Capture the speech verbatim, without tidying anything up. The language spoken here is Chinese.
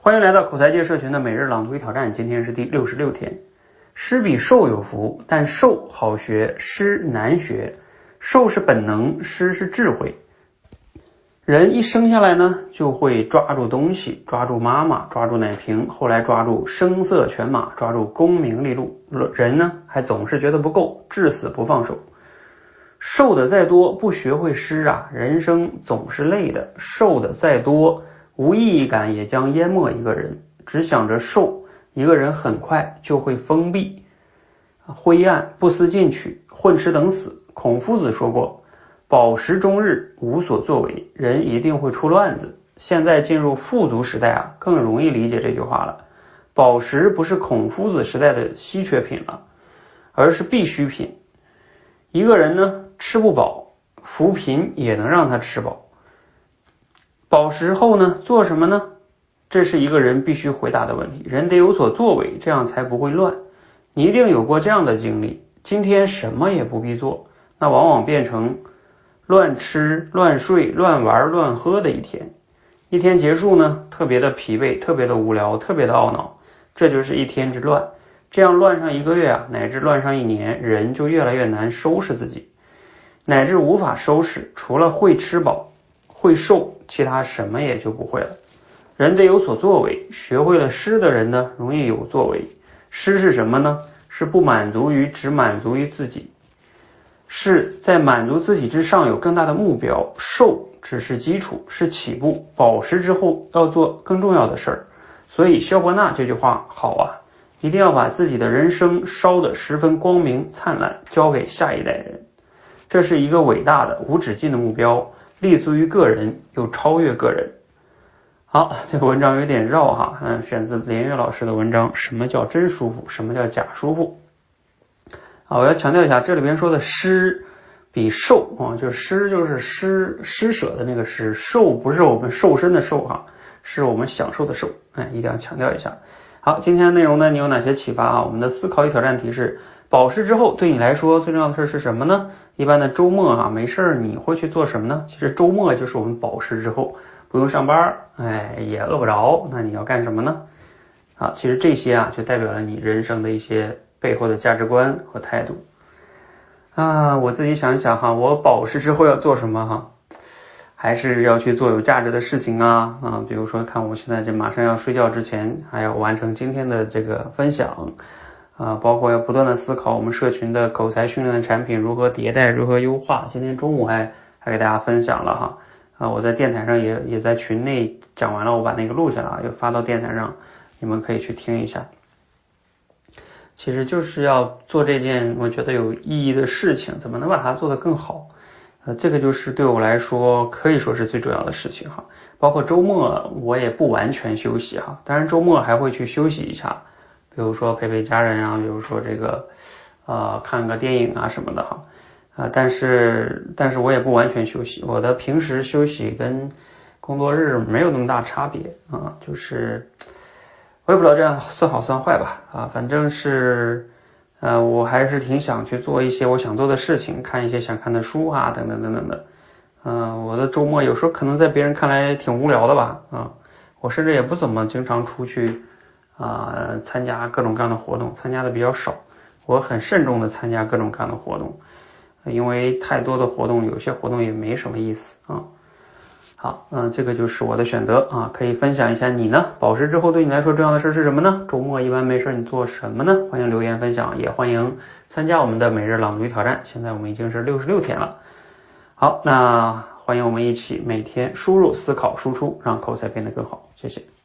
欢迎来到口才界社群的每日朗读与挑战，今天是第六十六天。诗比寿有福，但寿好学，诗难学。寿是本能，诗是智慧。人一生下来呢，就会抓住东西，抓住妈妈，抓住奶瓶，后来抓住声色犬马，抓住功名利禄。人呢，还总是觉得不够，至死不放手。受的再多，不学会诗啊，人生总是累的。受的再多，无意义感也将淹没一个人。只想着受，一个人很快就会封闭、灰暗、不思进取，混吃等死。孔夫子说过，饱食终日，无所作为，人一定会出乱子。现在进入富足时代啊，更容易理解这句话了。饱食不是孔夫子时代的稀缺品了，而是必需品。一个人呢，吃不饱，扶贫也能让他吃饱。饱食后呢，做什么呢？这是一个人必须回答的问题。人得有所作为，这样才不会乱。你一定有过这样的经历，今天什么也不必做，那往往变成乱吃、乱睡、乱玩、乱喝的一天。一天结束呢，特别的疲惫，特别的无聊，特别的懊恼，这就是一天之乱。这样乱上一个月啊，乃至乱上一年，人就越来越难收拾自己，乃至无法收拾。除了会吃饱、会瘦，其他什么也就不会了。人得有所作为，学会了诗的人呢，容易有作为。诗是什么呢？是不满足于只满足于自己，是在满足自己之上有更大的目标。瘦只是基础，是起步，饱食之后要做更重要的事儿。所以萧伯纳这句话好啊，一定要把自己的人生烧得十分光明灿烂，交给下一代人。这是一个伟大的无止境的目标，立足于个人，又超越个人。好，这个文章有点绕哈，嗯，选自连岳老师的文章，什么叫真舒服，什么叫假舒服。好，我要强调一下，这里边说的诗比寿啊，就是诗就是施施舍的那个施，寿不是我们瘦身的瘦哈，是我们享受的受，哎，一定要强调一下。好，今天的内容呢，你有哪些启发啊？我们的思考与挑战题是：饱食之后对你来说最重要的事是什么呢？一般的周末哈，没事你会去做什么呢？其实周末就是我们饱食之后，不用上班，哎，也饿不着，那你要干什么呢？啊，其实这些啊，就代表了你人生的一些背后的价值观和态度。啊，我自己想一想哈，我饱食之后要做什么哈？还是要去做有价值的事情啊啊，比如说看我现在这马上要睡觉之前，还要完成今天的这个分享啊，包括要不断的思考我们社群的口才训练的产品如何迭代，如何优化。今天中午还还给大家分享了哈。啊，我在电台上也也在群内讲完了，我把那个录下来，又发到电台上，你们可以去听一下。其实就是要做这件我觉得有意义的事情，怎么能把它做得更好？呃，这个就是对我来说可以说是最重要的事情哈。包括周末我也不完全休息哈，当然周末还会去休息一下，比如说陪陪家人啊，比如说这个呃看个电影啊什么的哈。啊，但是但是我也不完全休息，我的平时休息跟工作日没有那么大差别啊，就是我也不知道这样算好算坏吧啊，反正是呃我还是挺想去做一些我想做的事情，看一些想看的书啊等等等等的。嗯、呃，我的周末有时候可能在别人看来挺无聊的吧啊，我甚至也不怎么经常出去啊、呃、参加各种各样的活动，参加的比较少，我很慎重的参加各种各样的活动。因为太多的活动，有些活动也没什么意思啊。好，嗯，这个就是我的选择啊，可以分享一下你呢？饱食之后对你来说重要的事是什么呢？周末一般没事你做什么呢？欢迎留言分享，也欢迎参加我们的每日朗读挑战。现在我们已经是六十六天了。好，那欢迎我们一起每天输入、思考、输出，让口才变得更好。谢谢。